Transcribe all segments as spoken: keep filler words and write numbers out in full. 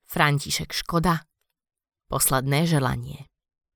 František Škoda. Posledné želanie.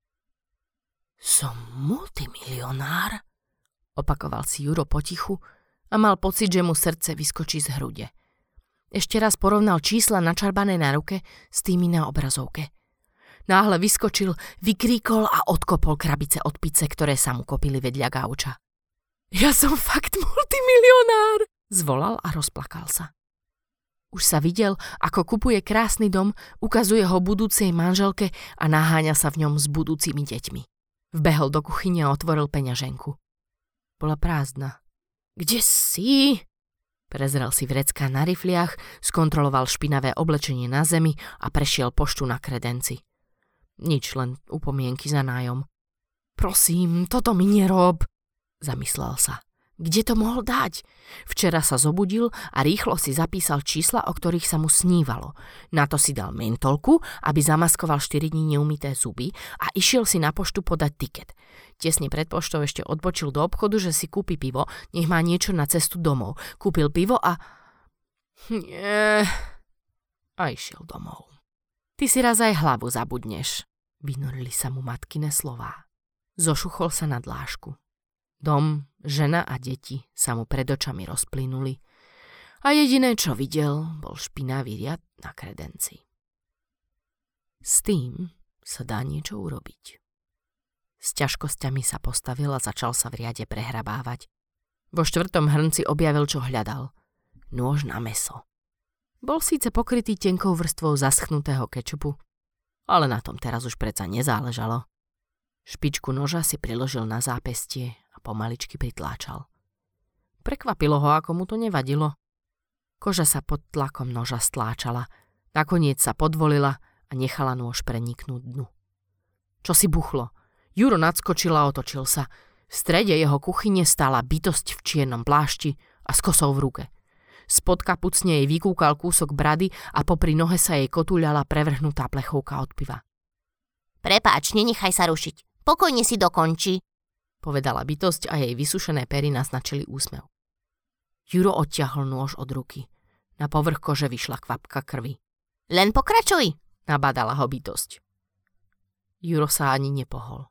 Som multimilionár, opakoval si Juro potichu a mal pocit, že mu srdce vyskočí z hrude. Ešte raz porovnal čísla načarbané na ruke s tými na obrazovke. Náhle vyskočil, vykríkol a odkopol krabice od pice, ktoré sa mu kopili vedľa gauča. Ja som fakt multimilionár, zvolal a rozplakal sa. Už sa videl, ako kupuje krásny dom, ukazuje ho budúcej manželke a naháňa sa v ňom s budúcimi deťmi. Vbehol do kuchyne a otvoril peňaženku. Bola prázdna. Kde si? Prezrel si vrecká na rifliach, skontroloval špinavé oblečenie na zemi a prešiel poštu na kredenci. Nič, len upomienky za nájom. Prosím, toto mi nerob, zamyslel sa. Kde to mohol dať? Včera sa zobudil a rýchlo si zapísal čísla, o ktorých sa mu snívalo. Na to si dal mentolku, aby zamaskoval štyri dní neumyté zuby a išiel si na poštu podať tiket. Tesne pred poštou ešte odbočil do obchodu, že si kúpi pivo, nech má niečo na cestu domov. Kúpil pivo a... Nie... A išiel domov. Ty si raz aj hlavu zabudneš, vynorili sa mu matkine slová. Zošuchol sa na dlášku. Dom, žena a deti sa mu pred očami rozplynuli a jediné, čo videl, bol špinavý riad na kredenci. S tým sa dá niečo urobiť. S ťažkosťami sa postavil a začal sa v riade prehrabávať. Vo štvrtom hrnci objavil, čo hľadal. Nôž na mäso. Bol síce pokrytý tenkou vrstvou zaschnutého kečupu, ale na tom teraz už predsa nezáležalo. Špičku noža si priložil na zápestie a pomaličky pritláčal. Prekvapilo ho, ako mu to nevadilo. Koža sa pod tlakom noža stláčala, nakoniec sa podvolila a nechala nôž preniknúť dnu. Čo si buchlo? Juro nadskočil a otočil sa. V strede jeho kuchyne stála bytosť v čiernom plášti a s kosou v ruke. Spod kapucne jej vykúkal kúsok brady a popri nohe sa jej kotúľala prevrhnutá plechovka od piva. Prepáč, nenechaj sa rušiť. Pokojne si dokonči, povedala bytosť a jej vysušené pery naznačili úsmev. Juro odťahol nôž od ruky. Na povrch kože vyšla kvapka krvi. Len pokračuj, nabádala ho bytosť. Juro sa ani nepohol.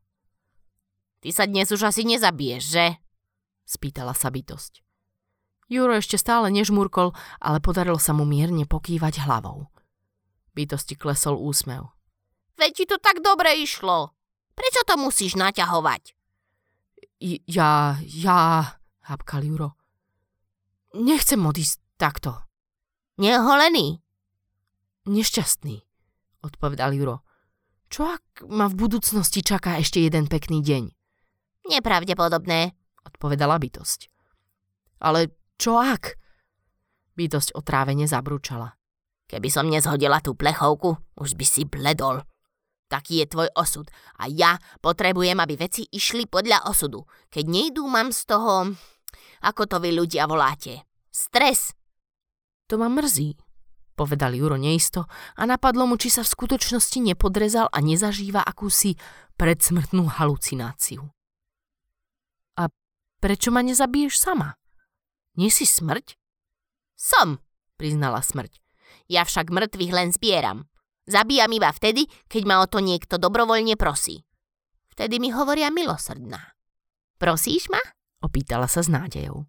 Ty sa dnes už asi nezabiješ, že? Spýtala sa bytosť. Juro ešte stále nežmurkol, ale podarilo sa mu mierne pokývať hlavou. Bytosti klesol úsmev. Veď ti to tak dobre išlo. Prečo to musíš naťahovať? J- ja, ja, hapkal Juro. Nechcem odísť takto. Neoholený? Nešťastný, odpovedal Juro. Čo ak ma v budúcnosti čaká ešte jeden pekný deň? Nepravdepodobné, odpovedala bytosť. Ale čo ak? Bytosť otrávene zabrúčala. Keby som nezhodila tú plechovku, už by si bledol. Taký je tvoj osud a ja potrebujem, aby veci išli podľa osudu. Keď nejdú, mám z toho, ako to vy ľudia voláte, stres. To ma mrzí, povedal Juro neisto a napadlo mu, či sa v skutočnosti nepodrezal a nezažíva akúsi predsmrtnú halucináciu. A prečo ma nezabiješ sama? Nie si smrť? Som, priznala smrť. Ja však mŕtvych len zbieram. Zabíjam iba vtedy, keď ma o to niekto dobrovoľne prosí. Vtedy mi hovoria milosrdná. Prosíš ma? Opýtala sa s nádejou.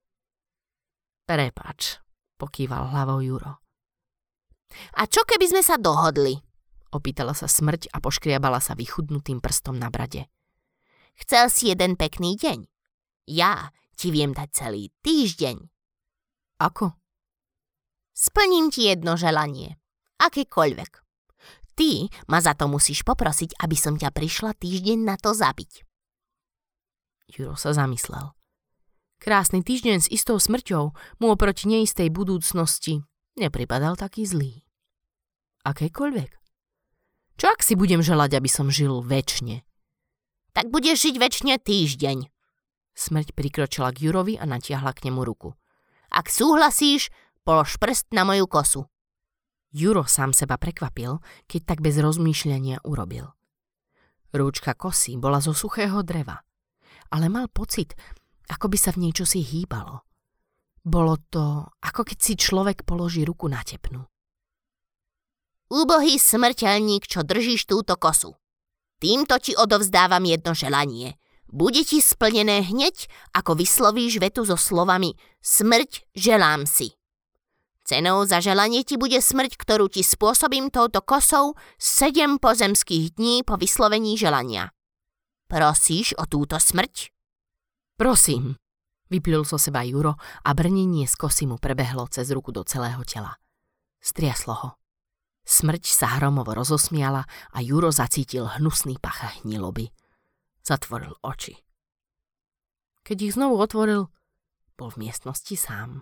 Prepáč, pokýval hlavou Juro. A čo keby sme sa dohodli? Opýtala sa smrť a poškriabala sa vychudnutým prstom na brade. Chcel si jeden pekný deň. Ja ti viem dať celý týždeň. Ako? Splním ti jedno želanie. Akékoľvek. Ty ma za to musíš poprosiť, aby som ťa prišla týždeň na to zabiť. Juro sa zamyslel. Krásny týždeň s istou smrťou mu oproti neistej budúcnosti nepripadal taký zlý. Akékoľvek. Čo ak si budem želať, aby som žil večne? Tak budeš žiť večne týždeň. Smrť prikročila k Jurovi a natiahla k nemu ruku. Ak súhlasíš, polož prst na moju kosu. Juro sám seba prekvapil, keď tak bez rozmýšľania urobil. Rúčka kosy bola zo suchého dreva, ale mal pocit, ako by sa v nej čosi hýbalo. Bolo to, ako keď si človek položí ruku na tepnu. Úbohý smrteľník, čo držíš túto kosu. Týmto ti odovzdávam jedno želanie. Bude ti splnené hneď, ako vyslovíš vetu so slovami smrť želám si. Cenou za želanie ti bude smrť, ktorú ti spôsobím touto kosou sedem pozemských dní po vyslovení želania. Prosíš o túto smrť? Prosím, vyplil zo seba Juro a brnenie z kosy mu prebehlo cez ruku do celého tela. Striaslo ho. Smrť sa hromovo rozosmiala a Juro zacítil hnusný pach hniloby. Zatvoril oči. Keď ich znovu otvoril, bol v miestnosti sám.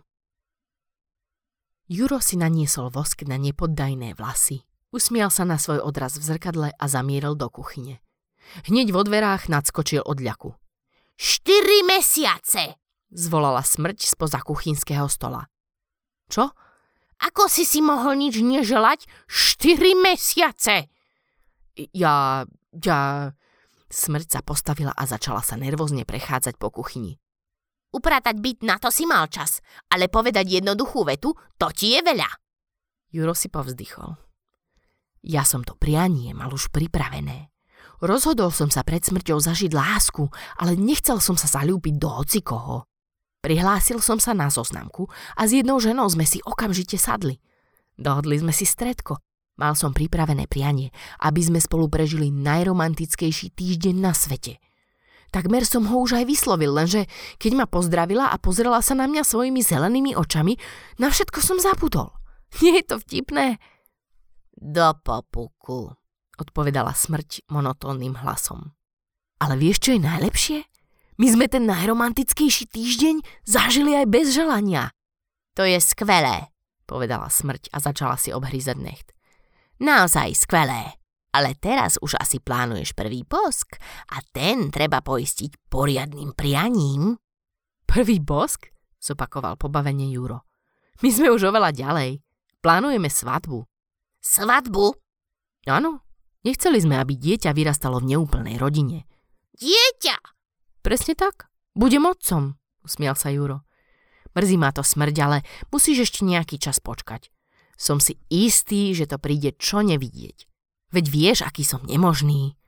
Juro si naniesol vosk na nepoddajné vlasy, usmial sa na svoj odraz v zrkadle a zamieril do kuchyne. Hneď vo dverách nadskočil od ľaku. Štyri mesiace! Zvolala smrť spoza kuchynského stola. Čo? Ako si si mohol nič neželať? Štyri mesiace! Ja... ja... Smrť sa postavila a začala sa nervózne prechádzať po kuchyni. Upratať byt na to si mal čas, ale povedať jednoduchú vetu, to ti je veľa. Juro si povzdychol. Ja som to prianie mal už pripravené. Rozhodol som sa pred smrťou zažiť lásku, ale nechcel som sa zaľúbiť do hocikoho. Prihlásil som sa na zoznamku a s jednou ženou sme si okamžite sadli. Dohodli sme si stredko. Mal som pripravené prianie, aby sme spolu prežili najromantickejší týždeň na svete. Takmer som ho už aj vyslovil, lenže keď ma pozdravila a pozrela sa na mňa svojimi zelenými očami, na všetko som zabudol. Nie je to vtipné? Do popuku, odpovedala smrť monotónnym hlasom. Ale vieš, čo je najlepšie? My sme ten najromantickejší týždeň zažili aj bez želania. To je skvelé, povedala smrť a začala si obhrízať necht. Naozaj skvelé, ale teraz už asi plánuješ prvý bosk a ten treba poistiť poriadnym prianím. Prvý bosk? Zopakoval pobavene Juro. My sme už oveľa ďalej. Plánujeme svadbu. Svadbu? Áno, nechceli sme, aby dieťa vyrastalo v neúplnej rodine. Dieťa? Presne tak. Budem otcom, usmial sa Juro. Mrzí ma to smrť, ale musíš ešte nejaký čas počkať. Som si istý, že to príde čo nevidieť. Veď vieš, aký som nemožný.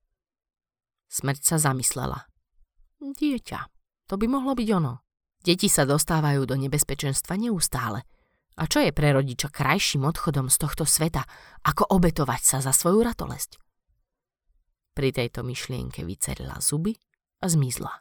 Smrť sa zamyslela. Dieťa, to by mohlo byť ono. Deti sa dostávajú do nebezpečenstva neustále. A čo je pre rodiča krajším odchodom z tohto sveta, ako obetovať sa za svoju ratolesť? Pri tejto myšlienke vycerila zuby a zmizla.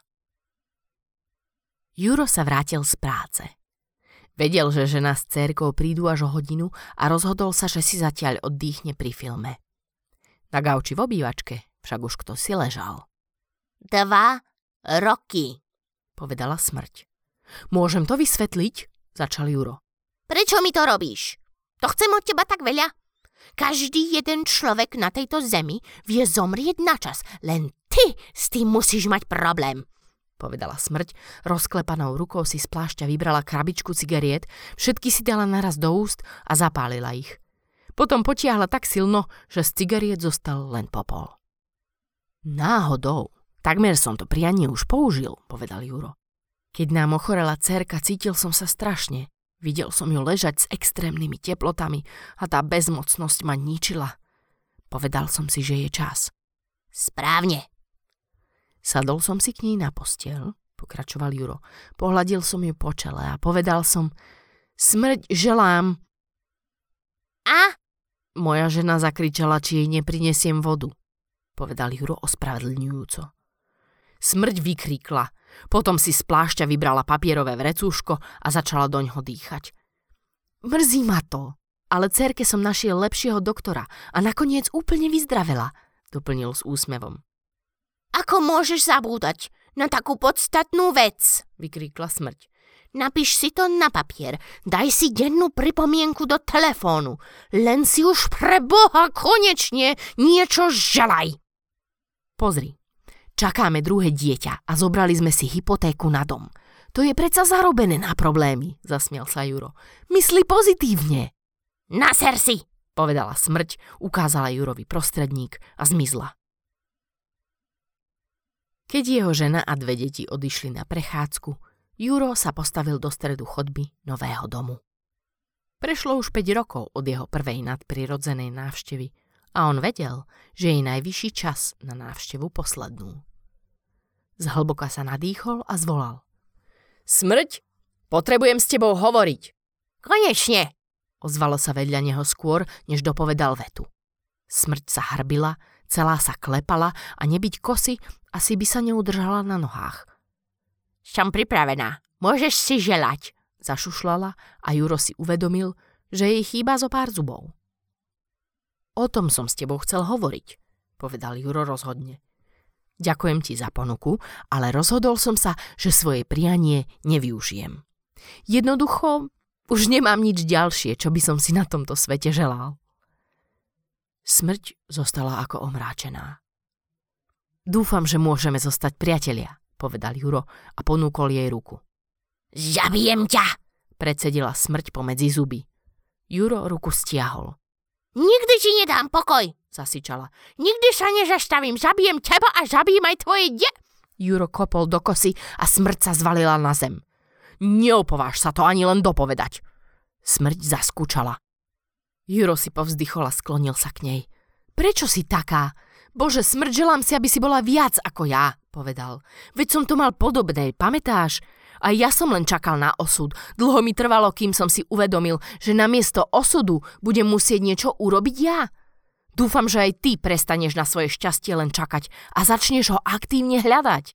Juro sa vrátil z práce. Vedel, že žena s dcérkou prídu až o hodinu a rozhodol sa, že si zatiaľ oddychne pri filme. Na gauči v obývačke však už kto si ležal. Dva roky, povedala smrť. Môžem to vysvetliť? Začal Juro. Prečo mi to robíš? To chcem od teba tak veľa. Každý jeden človek na tejto zemi vie zomrieť na čas, len ty s tým musíš mať problém. Povedala smrť, rozklepanou rukou si z plášťa vybrala krabičku cigariet, všetky si dala naraz do úst a zapálila ich. Potom potiahla tak silno, že z cigariet zostal len popol. Náhodou, takmer som to prianie už použil, povedal Juro. Keď nám ochorela dcérka, cítil som sa strašne. Videl som ju ležať s extrémnymi teplotami a tá bezmocnosť ma ničila. Povedal som si, že je čas. Správne. Sadol som si k nej na posteľ, pokračoval Juro. Pohľadil som ju po čele a povedal som, smrť želám. A? Moja žena zakričala, či jej neprinesiem vodu, povedal Juro ospravedlňujúco. Smrť vykríkla, potom si z plášťa vybrala papierové vrecúško a začala doňho dýchať. Mrzí ma to, ale dcérke som našiel lepšieho doktora a nakoniec úplne vyzdravela, doplnil s úsmevom. Ako môžeš zabúdať na takú podstatnú vec, vykríkla smrť. Napíš si to na papier, daj si dennú pripomienku do telefónu, len si už pre Boha konečne niečo želaj. Pozri, čakáme druhé dieťa a zobrali sme si hypotéku na dom. To je predsa zarobené na problémy, zasmial sa Juro. Mysli pozitívne. Naser si, povedala smrť, ukázala Jurovi prostredník a zmizla. Keď jeho žena a dve deti odišli na prechádzku, Juro sa postavil do stredu chodby nového domu. Prešlo už päť rokov od jeho prvej nadprirodzenej návštevy a on vedel, že je najvyšší čas na návštevu poslednú. Zhlboka sa nadýchol a zvolal. Smrť, potrebujem s tebou hovoriť. Konečne, ozvalo sa vedľa neho skôr, než dopovedal vetu. Smrť sa hrbila, celá sa klepala a nebyť kosy, asi by sa neudržala na nohách. Som pripravená, môžeš si želať, zašušlala a Juro si uvedomil, že jej chýba zo pár zubov. O tom som s tebou chcel hovoriť, povedal Juro rozhodne. Ďakujem ti za ponuku, ale rozhodol som sa, že svoje prianie nevyužijem. Jednoducho, už nemám nič ďalšie, čo by som si na tomto svete želal. Smrť zostala ako omráčená. Dúfam, že môžeme zostať priatelia, povedal Juro a ponúkol jej ruku. Zabijem ťa, predsedila smrť pomedzi zuby. Juro ruku stiahol. Nikdy ti nedám pokoj, zasičala. Nikdy sa nezastavím, zabijem teba a zabijem aj tvoje de... Juro kopol do kosy a smrť sa zvalila na zem. Neopováž sa to ani len dopovedať. Smrť zaskúčala. Juro si povzdychol a sklonil sa k nej. Prečo si taká? Bože, smrť, želám si, aby si bola viac ako ja, povedal. Veď som to mal podobné, pamätáš? A ja som len čakal na osud. Dlho mi trvalo, kým som si uvedomil, že namiesto osudu budem musieť niečo urobiť ja. Dúfam, že aj ty prestaneš na svoje šťastie len čakať a začneš ho aktívne hľadať.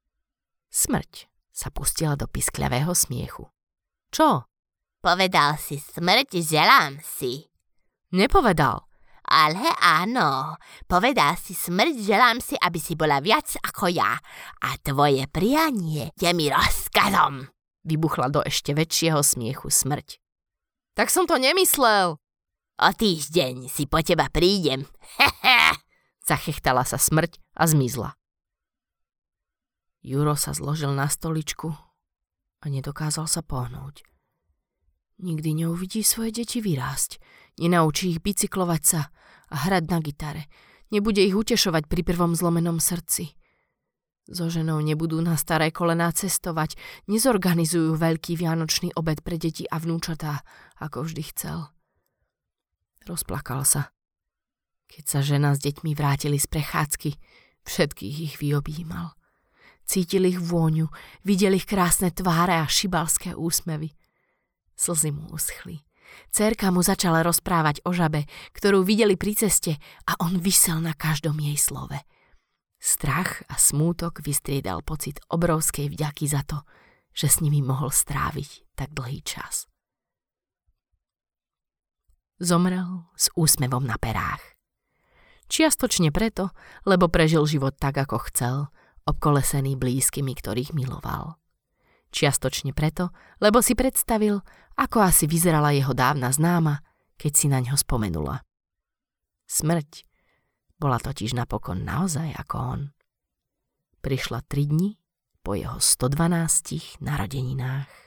Smrť sa pustila do piskľavého smiechu. Čo? Povedal si smrť, želám si. Nepovedal. Ale áno, povedal si smrť, želám si, aby si bola viac ako ja. A tvoje prianie je mi rozkazom. Vybuchla do ešte väčšieho smiechu smrť. Tak som to nemyslel. O týždeň si po teba prídem. Zachechtala sa smrť a zmizla. Juro sa zložil na stoličku a nedokázal sa pohnúť. Nikdy neuvidí svoje deti vyrásť. Nenaučí ich bicyklovať sa a hrať na gitare. Nebude ich utešovať pri prvom zlomenom srdci. So ženou nebudú na staré kolená cestovať. Nezorganizujú veľký vianočný obed pre deti a vnúčatá, ako vždy chcel. Rozplakal sa. Keď sa žena s deťmi vrátili z prechádzky, všetkých ich vyobímal. Cítil ich vôňu, videl ich krásne tváre a šibalské úsmevy. Slzy mu uschli. Dcérka mu začala rozprávať o žabe, ktorú videli pri ceste a on visel na každom jej slove. Strach a smútok vystriedal pocit obrovskej vďaky za to, že s nimi mohol stráviť tak dlhý čas. Zomrel s úsmevom na perách. Čiastočne preto, lebo prežil život tak, ako chcel, obkolesený blízkymi, ktorých miloval. Čiastočne preto, lebo si predstavil, ako asi vyzerala jeho dávna známa, keď si na ňo spomenula. Smrť bola totiž napokon naozaj ako on. Prišla tri dni po jeho stodvanástich narodeninách.